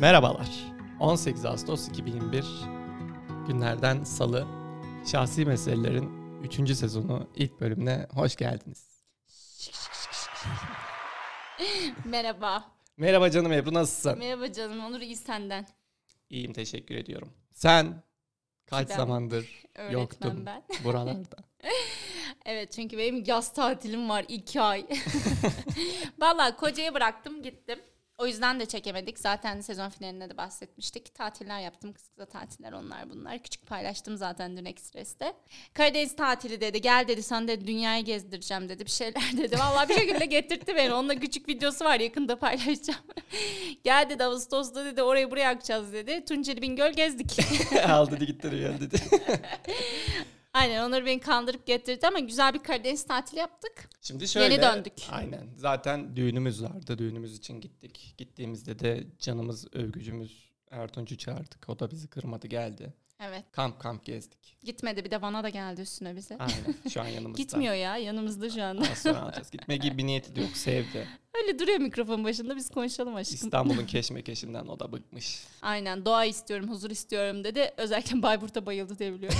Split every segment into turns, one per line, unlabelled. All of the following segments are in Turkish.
Merhabalar. 18 Ağustos 2021 günlerden Salı. Şahsi Meselelerin 3. sezonu ilk bölümüne hoş geldiniz.
Merhaba.
Merhaba canım Ebru, nasılsın?
Merhaba canım Onur, iyi senden.
İyiyim, teşekkür ediyorum. Sen kaç
Ben
zamandır
öğretmen
yoktun
ben.
buralarda?
Evet, çünkü benim yaz tatilim var 2 ay. Vallahi kocayı bıraktım gittim. O yüzden de çekemedik. Zaten sezon finalinde de bahsetmiştik. Tatiller yaptım. Kısa tatiller onlar bunlar. Küçük paylaştım zaten dün Ekspres'te. Karadeniz tatili dedi. Gel dedi, sana dedi dünyayı gezdireceğim dedi. Bir şeyler dedi. Vallahi bir şekilde getirtti beni. Onunla küçük videosu var, yakında paylaşacağım. Gel dedi, Ağustos'ta dedi orayı buraya akacağız dedi. Tunceli Bingöl gezdik.
Al dedi, gitti gel dedi.
Aynen, Onur beni kandırıp getirdi ama güzel bir Karadeniz tatili yaptık.
Şimdi şöyle.
Yeni döndük.
Aynen. Zaten düğünümüz vardı. Düğünümüz için gittik. Gittiğimizde de canımız, övgücümüz Ertunç'u çağırdık. O da bizi kırmadı, geldi.
Evet.
Kamp gezdik.
Gitmedi, bir de Van'a da geldi üstüne bize.
Aynen. Şu an yanımızda.
Gitmiyor ya, yanımızda şu anda.
Az sonra alacağız. Gitme gibi bir niyeti de yok. Sevdi.
Öyle duruyor mikrofon başında, biz konuşalım aşkım.
İstanbul'un keşmekeşinden o da bıkmış.
Aynen, doğa istiyorum, huzur istiyorum dedi. Özellikle Bayburt'a bayıldı diye biliyorum.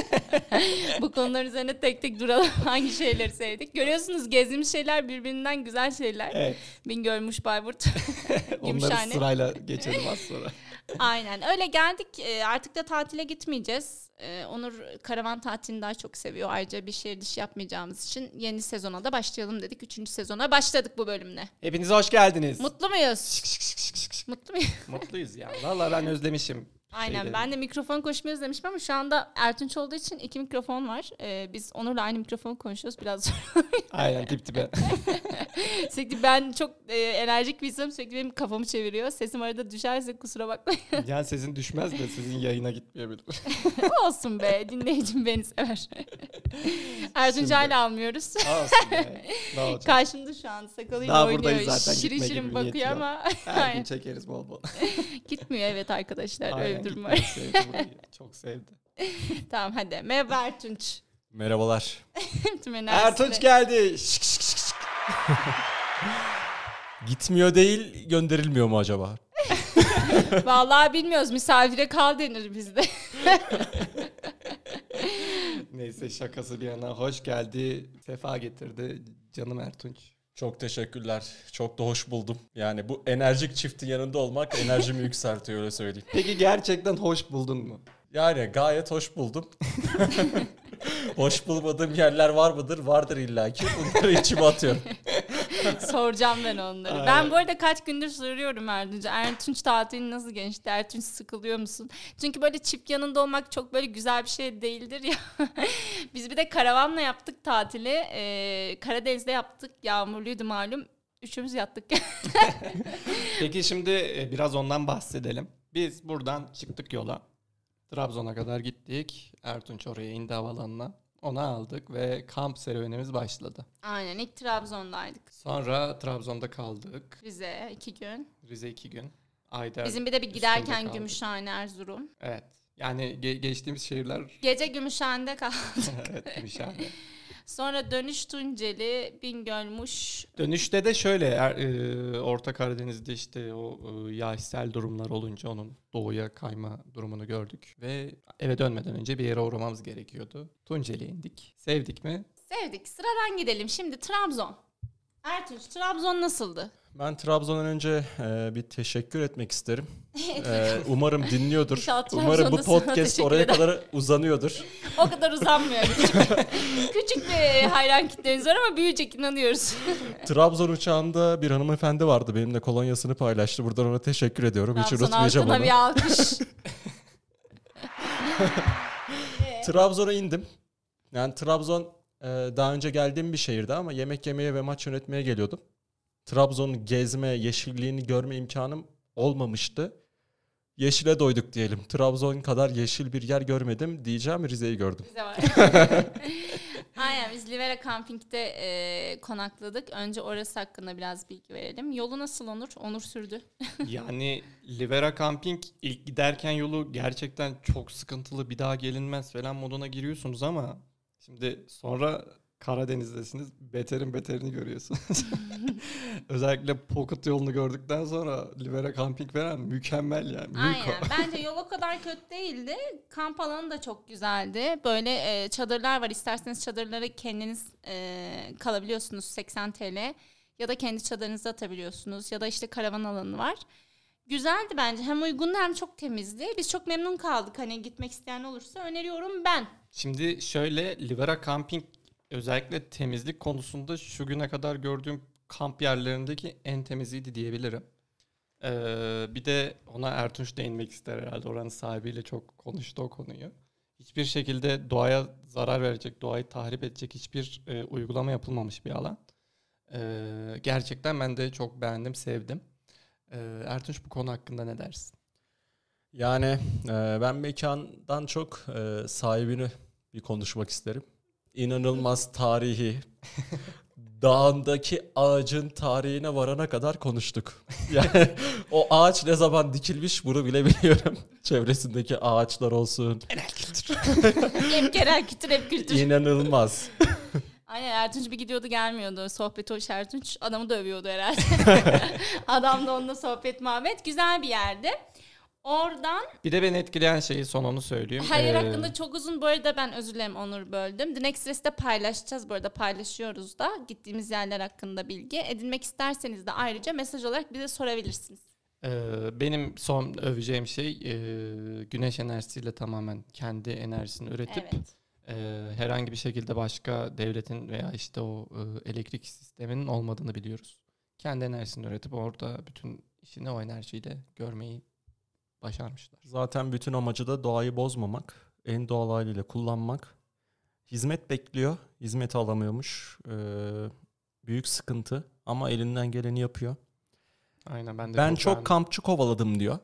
Bu konular üzerine tek tek duralım. Hangi şeyleri sevdik? Görüyorsunuz, gezdiğimiz şeyler birbirinden güzel şeyler.
Evet.
Bingöl'müş, Bayburt.
Onları sırayla geçelim az sonra.
Aynen öyle geldik. Artık da tatile gitmeyeceğiz. Onur karavan tatilini daha çok seviyor. Ayrıca bir şehir dışı yapmayacağımız için yeni sezona da başlayalım dedik. 3. sezona başladık bu bölümle.
Hepinize hoş geldiniz.
Mutlu muyuz? Mutlu muyuz?
Mutluyuz ya. Vallahi ben özlemişim.
Aynen, ben de mikrofon konuşmayı özlemişim ama şu anda Ertunç olduğu için 2 mikrofon var. Biz Onur'la aynı mikrofon konuşuyoruz biraz zor.
Aynen, dip dibe.
Sürekli ben çok enerjik bir insanım, sürekli benim kafamı çeviriyor. Sesim arada düşerse kusura bakmayın.
Yani sesin düşmez de sizin yayına gitmeyebilir.
Olsun be, dinleyicim beni sever. Ertunç'u hala almıyoruz.
Olsun be. Ne olacak?
Karşımda şu an sakalıyla
Daha
oynuyor.
buradayız zaten,
Şirin
gitme
şirin
gibi
bakıyor
niyeti
ama.
Her gün çekeriz bol bol.
Gitmiyor evet arkadaşlar.
Aynen,
öyle bir durum var.
gitmeyi sevdi burayı. Çok sevdi.
Tamam hadi. Merhaba Ertunç.
Merhabalar.
Tüm enerjisiyle.
Ertunç geldi.
Gitmiyor değil, gönderilmiyor mu acaba?
Vallahi bilmiyoruz. Misafire kal denir bizde.
Neyse, şakası bir yana hoş geldi. Sefa getirdi canım Ertunç.
Çok teşekkürler. Çok da hoş buldum. Yani bu enerjik çiftin yanında olmak enerjimi yükseltiyor, öyle söyleyeyim.
Peki gerçekten hoş buldun mu?
Yani gayet hoş buldum. Hoş bulmadığım yerler var mıdır? Vardır illaki. Bunları içime atıyorum.
Soracağım ben onları.
Aynen.
Ben bu arada kaç gündür soruyorum Ertunç'a. Ertunç tatili nasıl geçti? Ertunç sıkılıyor musun? Çünkü böyle çift yanında olmak çok böyle güzel bir şey değildir ya. Biz bir de karavanla yaptık tatili. Karadeniz'de yaptık. Yağmurluydu malum. Üçümüz yattık.
Peki şimdi biraz ondan bahsedelim. Biz buradan çıktık yola. Trabzon'a kadar gittik. Ertunç oraya indi, havalanına. Onu aldık ve kamp serüvenimiz başladı.
Aynen, ilk Trabzon'daydık.
Sonra Trabzon'da kaldık.
Rize 2 gün.
Rize 2 gün. Ayder
Bizim bir de bir
üstünde
giderken
kaldık.
Gümüşhane, Erzurum.
Evet. Yani geçtiğimiz şehirler...
Gece Gümüşhane'de kaldık.
Evet, Gümüşhane.
Sonra dönüş Tunceli, Bingöl'muş.
Dönüşte de şöyle Orta Karadeniz'de işte o yağsel durumlar olunca onun doğuya kayma durumunu gördük. Ve eve dönmeden önce bir yere uğramamız gerekiyordu. Tunceli'ye indik. Sevdik mi?
Sevdik. Sıradan gidelim. Şimdi Trabzon. Ertuğrul, Trabzon nasıldı?
Ben Trabzon'dan önce bir teşekkür etmek isterim. Umarım dinliyordur.
İnşallah
Umarım bu
Trabzon'da sana
podcast
teşekkür
oraya
eder.
kadar uzanıyordur.
O kadar uzanmıyor. Küçük bir hayran kitleniz var ama büyüyecek, inanıyoruz.
Trabzon uçağında bir hanımefendi vardı. Benimle kolonyasını paylaştı. Buradan ona teşekkür ediyorum. Hiç
Trabzon
unutmayacağım
halkına
onu.
bir alkış.
Trabzon'a indim. Yani Trabzon daha önce geldiğim bir şehirdi ama yemek yemeye ve maç yönetmeye geliyordum. Trabzon'u gezme, yeşilliğini görme imkanım olmamıştı. Yeşile doyduk diyelim. Trabzon kadar yeşil bir yer görmedim diyeceğim, Rize'yi gördüm.
Bize var. Aynen, biz Livera Camping'de konakladık. Önce orası hakkında biraz bilgi verelim. Yolu nasıl Onur? Onur sürdü.
Yani Livera Camping ilk giderken yolu gerçekten çok sıkıntılı, bir daha gelinmez falan moduna giriyorsunuz ama şimdi sonra Karadeniz'desiniz. Beterin beterini görüyorsunuz. Özellikle Pocket yolunu gördükten sonra Livera Camping veren mükemmel yani.
Aynen. Bence yol o kadar kötü değildi. Kamp alanı da çok güzeldi. Böyle çadırlar var. İsterseniz çadırları kendiniz kalabiliyorsunuz 80 TL. Ya da kendi çadırınızı atabiliyorsunuz. Ya da işte karavan alanı var. Güzeldi bence. Hem uygundu hem çok temizdi. Biz çok memnun kaldık. Hani gitmek isteyen olursa öneriyorum ben.
Şimdi şöyle Livera Camping özellikle temizlik konusunda şu güne kadar gördüğüm kamp yerlerindeki en temiziydi diyebilirim. Bir de ona Ertunç değinmek ister herhalde. Oranın sahibiyle çok konuştu o konuyu. Hiçbir şekilde doğaya zarar verecek, doğayı tahrip edecek hiçbir uygulama yapılmamış bir alan. Gerçekten ben de çok beğendim, sevdim. Ertunç bu konu hakkında ne dersin?
Yani ben mekandan çok sahibini bir konuşmak isterim. İnanılmaz tarihi. Dağındaki ağacın tarihine varana kadar konuştuk. Yani o ağaç ne zaman dikilmiş bunu bile biliyorum. Çevresindeki ağaçlar olsun.
Genel kültür.
Hep genel kültür, hep kültür.
İnanılmaz.
Aynen, Ertunç bir gidiyordu gelmiyordu. Sohbeti hoş, Ertunç adamı dövüyordu herhalde. Adam da onunla sohbet muhabbet. Güzel bir yerdi. Oradan...
Bir de beni etkileyen şeyi son onu söyleyeyim.
Hayır hakkında çok uzun, bu arada ben özür dilerim Onur, böldüm. The Next Dress'te paylaşacağız, bu arada paylaşıyoruz da. Gittiğimiz yerler hakkında bilgi edinmek isterseniz de ayrıca mesaj olarak bize sorabilirsiniz.
Benim son öveceğim şey güneş enerjisiyle tamamen kendi enerjisini üretip herhangi bir şekilde başka devletin veya işte o elektrik sisteminin olmadığını biliyoruz. Kendi enerjisini üretip orada bütün işini o enerjiyle görmeyi başarmışlar.
Zaten bütün amacı da doğayı bozmamak, en doğal haliyle kullanmak. Hizmet bekliyor, hizmeti alamıyormuş. Büyük sıkıntı ama elinden geleni yapıyor.
Aynen,
ben çok kampçı kovaladım diyor.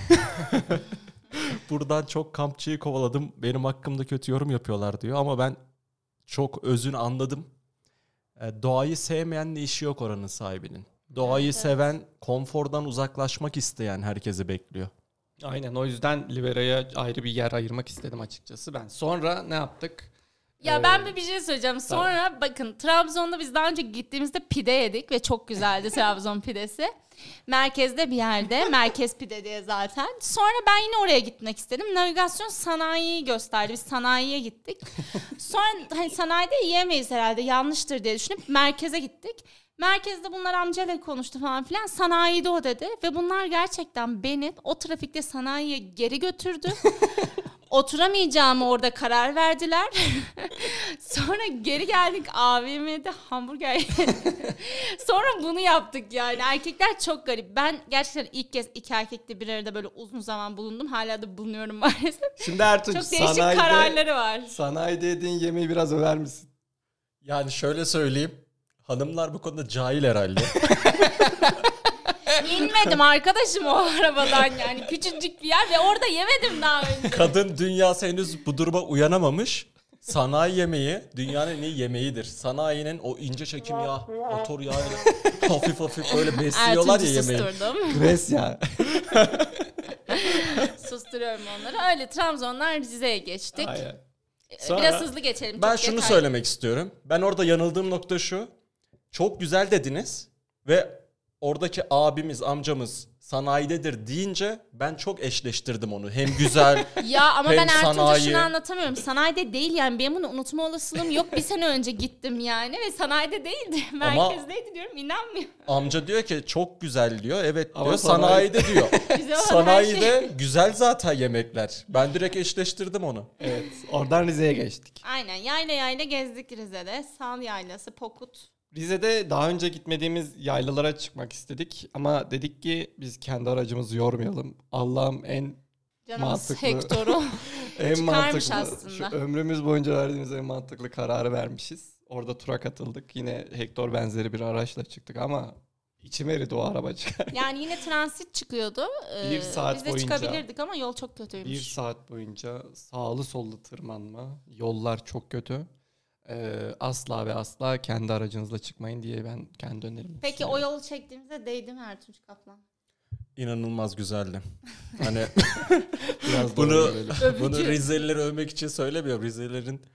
Buradan çok kampçıyı kovaladım. Benim hakkımda kötü yorum yapıyorlar diyor. Ama ben çok özünü anladım. Doğayı sevmeyenle işi yok oranın sahibinin. Doğayı seven, konfordan uzaklaşmak isteyen herkesi bekliyor.
Aynen, o yüzden Livera'ya ayrı bir yer ayırmak istedim açıkçası ben. Sonra ne yaptık?
Ya ben bir şey söyleyeceğim. Sonra bakın, Trabzon'da biz daha önce gittiğimizde pide yedik ve çok güzeldi Trabzon pidesi. Merkezde bir yerde. Merkez pide diye zaten. Sonra ben yine oraya gitmek istedim. Navigasyon sanayiyi gösterdi. Biz sanayiye gittik. Sonra hani sanayide yiyemeyiz herhalde, yanlıştır diye düşünüp merkeze gittik. Merkezde bunlar amcayla konuştu falan filan. Sanayide o dedi. Ve bunlar gerçekten beni o trafikte sanayiye geri götürdü. Oturamayacağımı orada karar verdiler. Sonra geri geldik AVM'de hamburger yedik. Sonra bunu yaptık yani. Erkekler çok garip. Ben gerçekten ilk kez iki erkekle bir arada böyle uzun zaman bulundum. Hala da bulunuyorum maalesef.
Şimdi Ertuğrul,
çok değişik kararları var.
Sanayide yediğin yemeği biraz över misin?
Yani şöyle söyleyeyim. Hanımlar bu konuda cahil herhalde.
İnmedim arkadaşım o arabadan yani. Küçücük bir yer ve orada yemedim daha önce.
Kadın dünyası henüz bu duruma uyanamamış. Sanayi yemeği dünyanın en iyi yemeğidir. Sanayinin o ince çekim yağı, motor yağı hafif hafif böyle besliyorlar ya yemeği.
Susturdum.
Gres ya.
Susturuyorum onları. Öyle Trabzon'dan Rize'ye geçtik.
Aynen.
Biraz hızlı geçelim.
Ben
çok
şunu
detaylı.
söylemek istiyorum. Ben orada yanıldığım nokta şu. Çok güzel dediniz ve oradaki abimiz, amcamız sanayidedir deyince ben çok eşleştirdim onu. Hem güzel
Ya ama
hem
ben Ertuğrul'a
sanayi.
şunu anlatamıyorum. Sanayide değil yani. Benim bunu unutma olasılığım yok. Bir sene önce gittim yani ve sanayide değildi. Merkezdeydi diyorum. İnanmıyor.
Amca diyor ki çok güzel diyor. Evet
Ama
diyor. Sanayide diyor.
Güzel olan
Sanayide
her şey.
güzel zaten yemekler. Ben direkt eşleştirdim onu.
Evet, oradan Rize'ye geçtik.
Aynen, yayla gezdik Rize'de. Sal Yaylası, Pokut.
Rize'de daha önce gitmediğimiz yaylalara çıkmak istedik ama dedik ki biz kendi aracımızı yormayalım. Allah'ım en
Canımız
mantıklı,
Hector'u
en
çıkarmış
mantıklı,
aslında.
şu ömrümüz boyunca verdiğimiz en mantıklı kararı vermişiz. Orada tura katıldık. Yine Hector benzeri bir araçla çıktık ama içim eridi o araba çıkar.
Yani yine transit çıkıyordu.
Bir saat
biz de
boyunca-
çıkabilirdik ama yol çok kötüymüş.
Bir saat boyunca sağlı sollu tırmanma. Yollar çok kötü. Asla ve asla kendi aracınızla çıkmayın diye ben kendi önerimi
Peki o yolu çektiğimizde değdi mi Ertuğrul Kaplan?
İnanılmaz güzeldi. Hani
biraz
bunu
doğru görelim.
bunu
Övücü.
Rizelileri övmek için söylemiyorum. Rizelilerin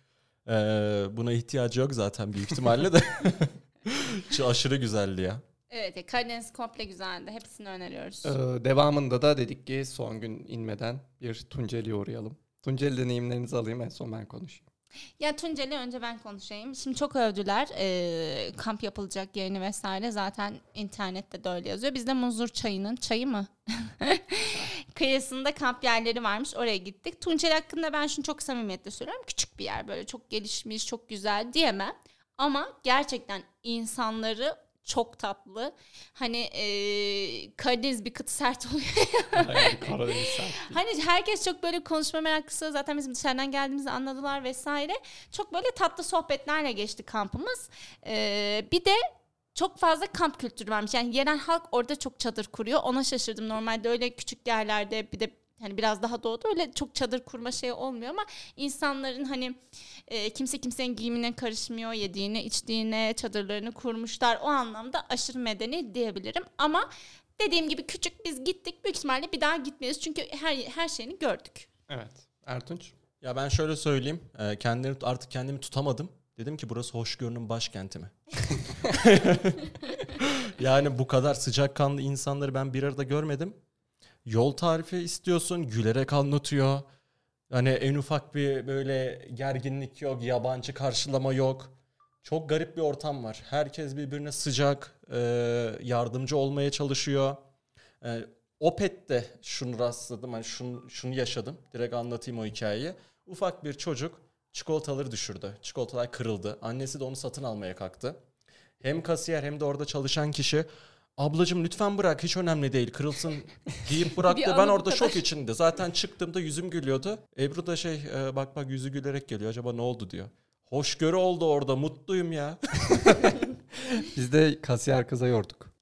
Buna ihtiyacı yok zaten büyük ihtimalle de. Aşırı güzeldi ya.
Evet, Karadeniz komple güzeldi. Hepsini öneriyoruz.
Devamında da dedik ki son gün inmeden bir Tunceli'ye uğrayalım. Tunceli deneyimlerinizi alayım, en son ben konuşayım.
Ya Tunceli önce ben konuşayım. Şimdi çok övdüler kamp yapılacak yerini vesaire. Zaten internette de öyle yazıyor. Bizde Muzur Çayı'nın, çayı mı? Kıyısında kamp yerleri varmış. Oraya gittik. Tunceli hakkında ben şunu çok samimiyetle söylüyorum. Küçük bir yer, böyle çok gelişmiş, çok güzel diyemem. Ama gerçekten insanları çok tatlı. Hani Karadeniz bir kıt sert oluyor.
Aynen, Karadeniz sert değil.
Hani herkes çok böyle konuşma meraklısı. Zaten bizim dışarıdan geldiğimizi anladılar vesaire. Çok böyle tatlı sohbetlerle geçti kampımız. Bir de çok fazla kamp kültürü varmış. Yani yerel halk orada çok çadır kuruyor. Ona şaşırdım. Normalde öyle küçük yerlerde, bir de hani biraz daha doğuda öyle çok çadır kurma şey olmuyor ama insanların hani kimse kimsenin giyimine karışmıyor, yediğine içtiğine çadırlarını kurmuşlar. O anlamda aşırı medeni diyebilirim ama dediğim gibi küçük, biz gittik, büyük ihtimalle bir daha gitmeyiz çünkü her şeyini gördük.
Evet. Ertunç?
Ya ben şöyle söyleyeyim. Artık kendimi tutamadım. Dedim ki burası hoşgörünün başkenti mi? Yani bu kadar sıcakkanlı insanları ben bir arada görmedim. Yol tarifi istiyorsun, gülerek anlatıyor. Hani en ufak bir böyle gerginlik yok, yabancı karşılama yok. Çok garip bir ortam var. Herkes birbirine sıcak, yardımcı olmaya çalışıyor. Opet'te şunu rastladım, hani şunu yaşadım. Direkt anlatayım o hikayeyi. Ufak bir çocuk çikolataları düşürdü. Çikolatalar kırıldı. Annesi de onu satın almaya kalktı. Hem kasiyer hem de orada çalışan kişi, ablacığım lütfen bırak, hiç önemli değil, kırılsın deyip bıraktı. Ben orada şok içinde. Zaten çıktığımda yüzüm gülüyordu. Ebru da bak yüzü gülerek geliyor. Acaba ne oldu diyor. Hoşgörü oldu orada, mutluyum ya.
Biz de kasiyer kıza yorduk.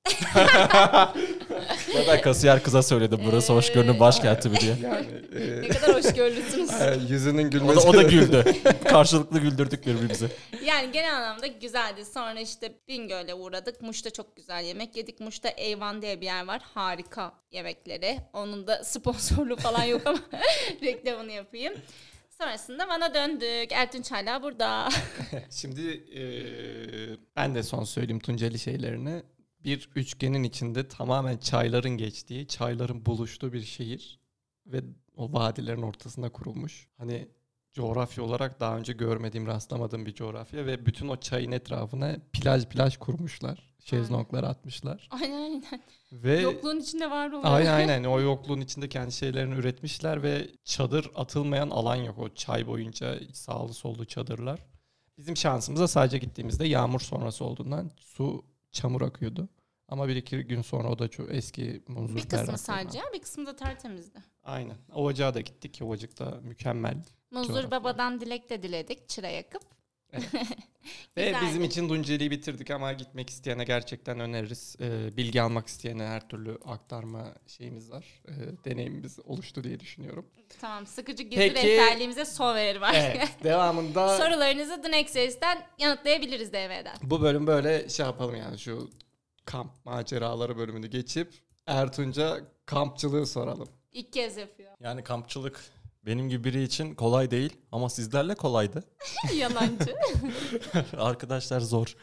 Ya ben kasiyer kıza söyledim burası hoşgörünün başkenti mi diye.
Yani,
Ne kadar hoşgörülüsünüz.
yüzünün gülmesi.
O da güldü. Karşılıklı güldürdük birbirimizi.
Yani genel anlamda güzeldi. Sonra işte Bingöl'e uğradık. Muş'ta çok güzel yemek yedik. Muş'ta Eyvan diye bir yer var. Harika yemekleri. Onun da sponsorluğu falan yok ama reklamını yapayım. Sonrasında Van'a döndük. Ertunç hala burada.
Şimdi ben de son söyleyeyim Tunceli şeylerini. Bir üçgenin içinde tamamen çayların geçtiği, çayların buluştuğu bir şehir ve o vadilerin ortasında kurulmuş. Hani coğrafya olarak daha önce görmediğim, rastlamadığım bir coğrafya ve bütün o çayın etrafına plaj kurmuşlar. Şezlonglar atmışlar.
Aynen.
Ve
Yokluğun içinde var oluyor.
aynen o yokluğun içinde kendi şeylerini üretmişler ve çadır atılmayan alan yok. O çay boyunca sağlı sollu çadırlar. Bizim şansımıza sadece gittiğimizde yağmur sonrası olduğundan çamur akıyordu. Ama bir iki gün sonra o da çok eski muzur.
Bir kısmı sadece, bir kısmı da tertemizdi.
Aynen. Ovacığa da gittik. Ovacık da mükemmel.
Muzur babadan dilek de diledik çıra yakıp.
Evet. Ve bizim için Tunceli'yi bitirdik ama gitmek isteyene gerçekten öneririz. Bilgi almak isteyene her türlü aktarma şeyimiz var. Deneyimimiz oluştu diye düşünüyorum.
Tamam, sıkıcı gizli rehberliğimize son verir artık.
Evet, devamında
sorularınızı The Next Series'ten yanıtlayabiliriz DM'den.
Bu bölüm böyle yapalım yani, şu kamp maceraları bölümünü geçip Ertunç'a kampçılığı soralım.
İlk kez yapıyor.
Yani kampçılık benim gibi biri için kolay değil ama sizlerle kolaydı.
Yalancı.
Arkadaşlar zor.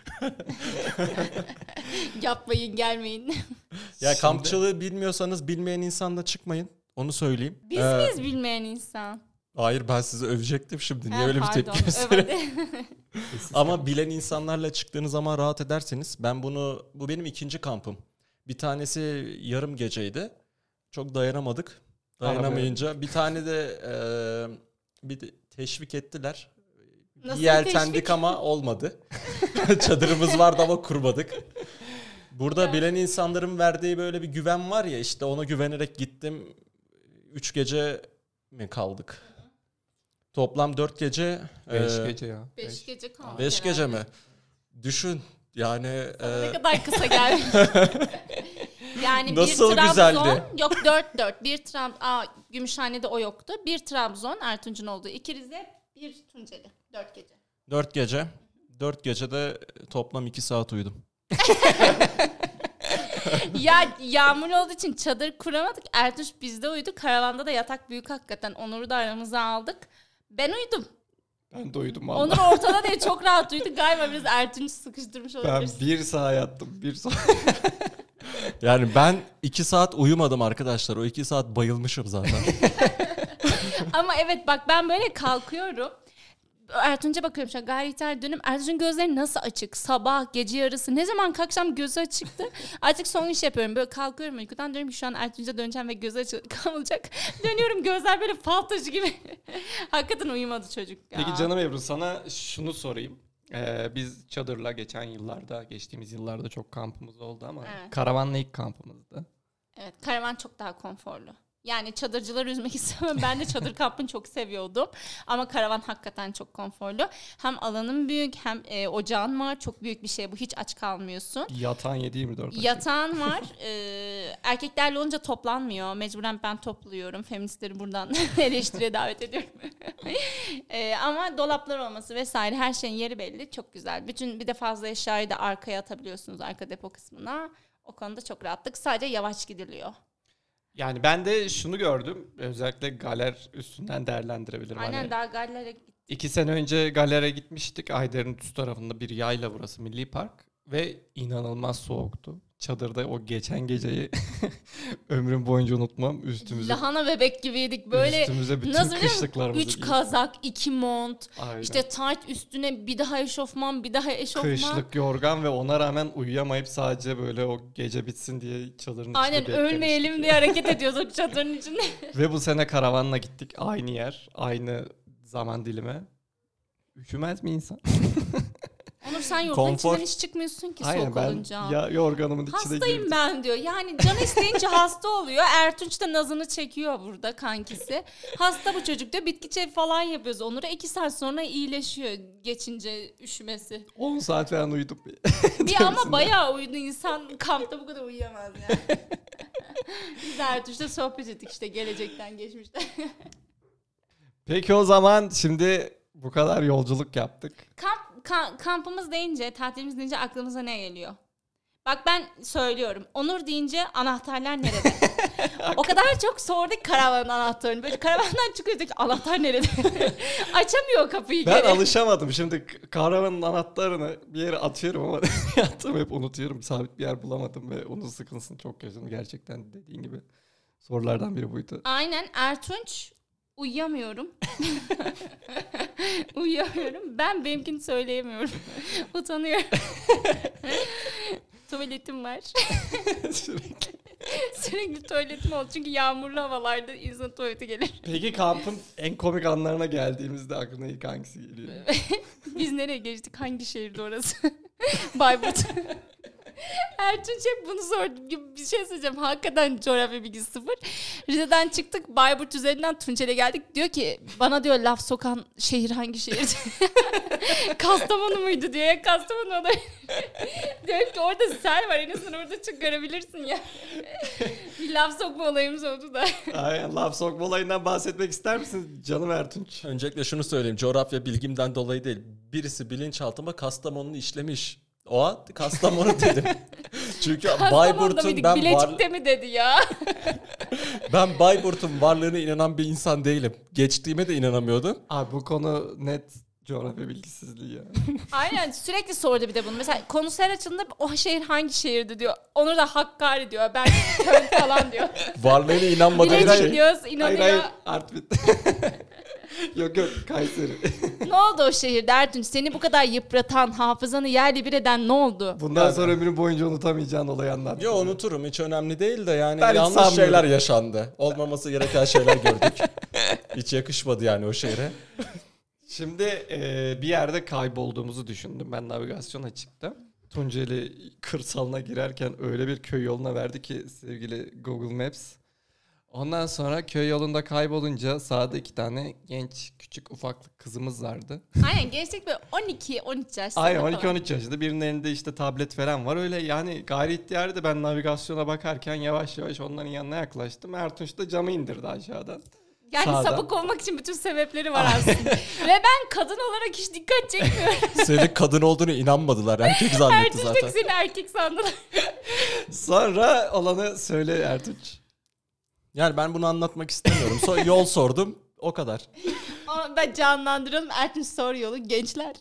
Yapmayın, gelmeyin.
Ya kampçılığı bilmiyorsanız bilmeyen insanla çıkmayın. Onu söyleyeyim.
Biz miyiz bilmeyen insan?
Hayır, ben sizi övecektim şimdi. Niye öyle bir tepki gösteriyorsun? Ama bilen insanlarla çıktığınız zaman rahat ederseniz. Bu benim ikinci kampım. Bir tanesi yarım geceydi. Çok dayanamadık. Dayanamayınca bir tane de bir teşvik ettiler.
Nasıl
Yeltendik ama olmadı. Çadırımız vardı ama kurmadık. Burada bilen insanların verdiği böyle bir güven var ya, işte ona güvenerek gittim. 3 gece mi kaldık? Toplam 4 gece.
5 gece ya.
5 gece kaldık.
5 gece mi? Düşün yani.
Ne kadar kısa geldi. Yani
nasıl
bir Trabzon,
güzeldi?
yok 4. Bir Trabzon, Gümüşhane'de o yoktu. Bir Trabzon, Ertunç'un olduğu 2 Rize, bir Tunceli. 4 gece.
4 gece. 4 gecede toplam 2 saat uyudum.
Ya yağmur olduğu için çadır kuramadık. Ertuğrul bizde uyudu. Karavanda da yatak büyük hakikaten. Onur'u da aramıza aldık. Ben uyudum.
Ben de uyudum valla.
Onur ortada değil, çok rahat uyudu. Galiba biraz Ertunç'u sıkıştırmış
Ben
olabiliriz.
1 saat yattım. 1 saat.
Yani ben 2 saat uyumadım arkadaşlar. O 2 saat bayılmışım zaten.
Ama evet bak, ben böyle kalkıyorum. Ertunç'a bakıyorum şu an, gayri ihtiyar dönüm. Ertunç'un gözleri nasıl açık? Sabah, gece yarısı. Ne zaman kalksam gözü açıktı. Artık son iş yapıyorum. Böyle kalkıyorum uykudan, diyorum ki şu an Ertunç'a döneceğim ve gözü açık kalacak. Dönüyorum, gözler böyle fal taşı gibi. Hakikaten uyumadı çocuk ya.
Peki canım Ebru, sana şunu sorayım. Biz çadırla geçtiğimiz yıllarda çok kampımız oldu ama
Evet.
karavanla ilk kampımızdı.
Evet, karavan çok daha konforlu. Yani çadırcıları üzmek istemem. Ben de çadır kampını çok seviyordum. Ama karavan hakikaten çok konforlu. Hem alanın büyük, hem ocağın var. Çok büyük bir şey bu. Hiç aç kalmıyorsun.
Yatağın 7/24.
Yatağın var. Erkeklerle olunca toplanmıyor. Mecburen ben topluyorum. Feministleri buradan eleştiriye davet ediyorum. Ama dolaplar olması vesaire, her şeyin yeri belli. Çok güzel. Bir de fazla eşyayı da arkaya atabiliyorsunuz, arka depo kısmına. O konuda çok rahatlık. Sadece yavaş gidiliyor.
Yani ben de şunu gördüm. Özellikle Galer üstünden değerlendirebilirim.
Aynen,
Hani
daha Galler'e
2 sene önce Galer'e gitmiştik. Ayder'in üst tarafında bir yayla, burası Milli Park. Ve inanılmaz soğuktu. Çadırda o geçen geceyi ömrüm boyunca unutmam.
lahana bebek gibiydik. Böyle
üstümüze bütün
nasıl
kışlıklarımızı
3 kazak, 2 mont,
Aynen.
işte tayt üstüne bir daha eşofman, bir daha eşofman.
Kışlık yorgan ve ona rağmen uyuyamayıp sadece böyle o gece bitsin diye çadırın içinde
Aynen,
beklemiştik.
ölmeyelim diye hareket ediyorduk çadırın içinde.
Ve bu sene karavanla gittik. Aynı yer, aynı zaman dilimi. Üşümez mi insan?
Onur, sen yurttan
Konfor.
içinden hiç çıkmıyorsun ki
Aynen,
soğuk
ben
olunca.
ya yorganımın içine
Hastayım
girdim.
ben diyor. Yani canı isteyince hasta oluyor. Ertunç da nazını çekiyor burada, kankisi. Hasta bu çocuk diyor. Bitki çayı falan yapıyoruz Onur'a. 2 saat sonra iyileşiyor geçince üşümesi.
10 saat falan uyudum.
Bir ama bayağı uyudu. İnsan kampta bu kadar uyuyamaz yani. Biz Ertunç'la sohbet ettik işte, gelecekten geçmişten.
Peki o zaman şimdi bu kadar yolculuk yaptık.
Kampımız deyince, tatilimiz deyince aklımıza ne geliyor? Bak ben söylüyorum. Onur deyince anahtarlar nerede? O kadar çok sorduk karavanın anahtarını. Böyle karavandan çıkıyorduk, anahtar nerede? Açamıyor kapıyı
Ben
geri.
alışamadım. Şimdi karavanın anahtarını bir yere atıyorum ama yattım hep unutuyorum. Sabit bir yer bulamadım ve onun sıkıntısını çok yaşadım. Gerçekten dediğin gibi sorulardan biri buydu.
Aynen, Ertunç uyuyamıyorum. Uyuyamıyorum. Ben benimkini söyleyemiyorum. Utanıyorum. Tuvaletim var. Sürekli tuvaletim oldu. Çünkü yağmurlu havalarda insan tuvalete gelir.
Peki kampın en komik anlarına geldiğimizde aklına ilk hangisi geliyor?
Biz nereye geçtik? Hangi şehirde orası? Bayburt. Ertunç hep bunu sordu. Bir şey söyleyeceğim. Hakikaten coğrafya bilgisi 0. Rize'den çıktık. Bayburt üzerinden Tunceli'ye geldik. Diyor ki bana, diyor, laf sokan şehir hangi şehir? Kastamonu muydu diyor. Ya Kastamonu o da. Diyor ki orada sel var. En azından orada çık görebilirsin ya. Bir laf sokma olayımız oldu da.
Aynen, laf sokma olayından bahsetmek ister misin canım Ertunç?
Öncelikle şunu söyleyeyim. Coğrafya bilgimden dolayı değil. Birisi bilinçaltıma Kastamonu'nu işlemiş. O an Kastamonu dedim. Çünkü Bayburt'un
Bilecik'te mi dedi ya?
ben Bayburt'un varlığına inanan bir insan değilim. Geçtiğime de inanamıyordum.
Abi bu konu net coğrafya bilgisizliği ya.
Aynen, sürekli sordu bir de bunu. Mesela konser açılında o şehir hangi şehirdi diyor. Onur da Hakkari diyor. Ben Köln falan diyor.
Varlığına inanmadığım
Bilecik
şey.
diyoruz, inanıyor.
Hayır Artvin. yok Kayseri.
Ne oldu o şehirde Ertunç? Seni bu kadar yıpratan, hafızanı yerle bir eden ne oldu?
Bundan sonra ömrün boyunca unutamayacağın olayı anlat.
Yo, unuturum, hiç önemli değil de yani
Ben hiç
yanlış
sanmıyorum.
şeyler yaşandı. Olmaması gereken şeyler gördük. Hiç yakışmadı yani o şehre.
Şimdi bir yerde kaybolduğumuzu düşündüm. Ben navigasyona çıktım. Tunceli kırsalına girerken öyle bir köy yoluna verdi ki sevgili Google Maps. Ondan sonra köy yolunda kaybolunca sağda 2 tane genç küçük ufaklık kızımız vardı.
Aynen, gençlik böyle 12-13 yaşında
Aynen
falan.
12-13 yaşında, birinin elinde işte tablet falan var. Öyle yani gayri ihtiyarda ben navigasyona bakarken yavaş yavaş onların yanına yaklaştım. Ertunç da camı indirdi aşağıdan.
Yani
Sağdan.
sapık olmak için bütün sebepleri var aslında. Ve ben kadın olarak hiç dikkat çekmiyorum.
Senin kadın olduğunu inanmadılar. Erkek zannetti
Ertunç
zaten.
tek seni erkek sandılar.
Sonra olanı söyle Ertunç.
Yani ben bunu anlatmak istemiyorum. Yol sordum. O kadar.
Ama ben canlandırıyorum. Ertuğrul soru yolu gençler.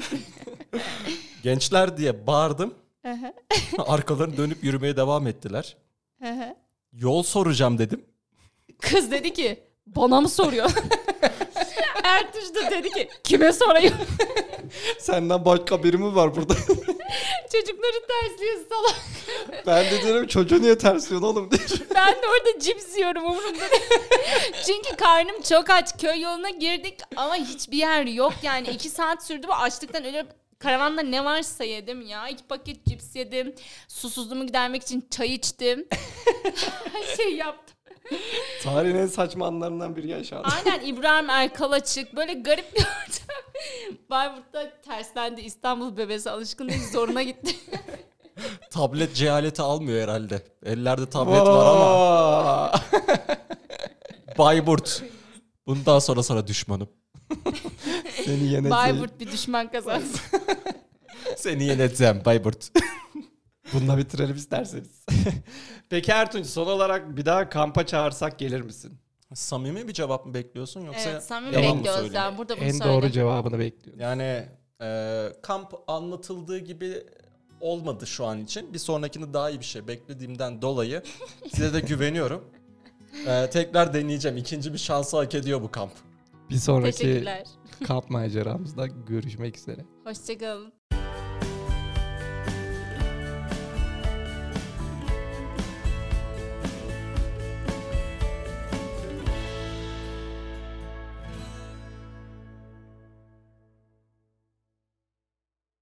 Gençler diye bağırdım.
Hı hı.
Arkalarını dönüp yürümeye devam ettiler.
Hı hı.
Yol soracağım dedim.
Kız dedi ki bana mı soruyor? Ertuğrul da dedi ki kime sorayım?
Senden başka biri mi var burada?
Çocukları tersliyor salak.
Ben de diyorum çocuğu niye tersliyorsun oğlum diye.
Ben de orada cips yiyorum umurumda değil. Çünkü karnım çok aç. Köy yoluna girdik ama hiçbir yer yok yani. 2 saat sürdü ve açlıktan ölüyorum. Karavanda ne varsa yedim ya. 2 paket cips yedim. Susuzluğumu gidermek için çay içtim. Her şey yaptım.
Tarihin en saçma anlarından biri yaşandı.
Aynen İbrahim Erkal açık. Böyle garip bir ortam. Bayburt'ta terslendi. İstanbul bebesi alışkın değil. Zoruna gitti.
Tablet cehaleti almıyor herhalde. Ellerde tablet var ama. Bayburt. Bundan sonra sana düşmanım.
Seni yeneceğim.
Bayburt bir düşman kazansın.
Seni yeneceğim Bayburt.
Bununla bitirelim isterseniz. Peki Ertunç, son olarak bir daha kampa çağırsak gelir misin?
Samimi bir cevap mı bekliyorsun yoksa
Evet, samimi
yalan mı
bekliyoruz
söyleyeyim?
yani. Burada bunu
En
söyle.
doğru cevabını bekliyorum.
Yani kamp anlatıldığı gibi olmadı şu an için. Bir sonrakini daha iyi bir şey beklediğimden dolayı size de güveniyorum. Tekrar deneyeceğim. İkinci bir şansı hak ediyor bu kamp.
Bir sonraki
Teşekkürler.
kamp maceramızda görüşmek üzere.
Hoşçakalın.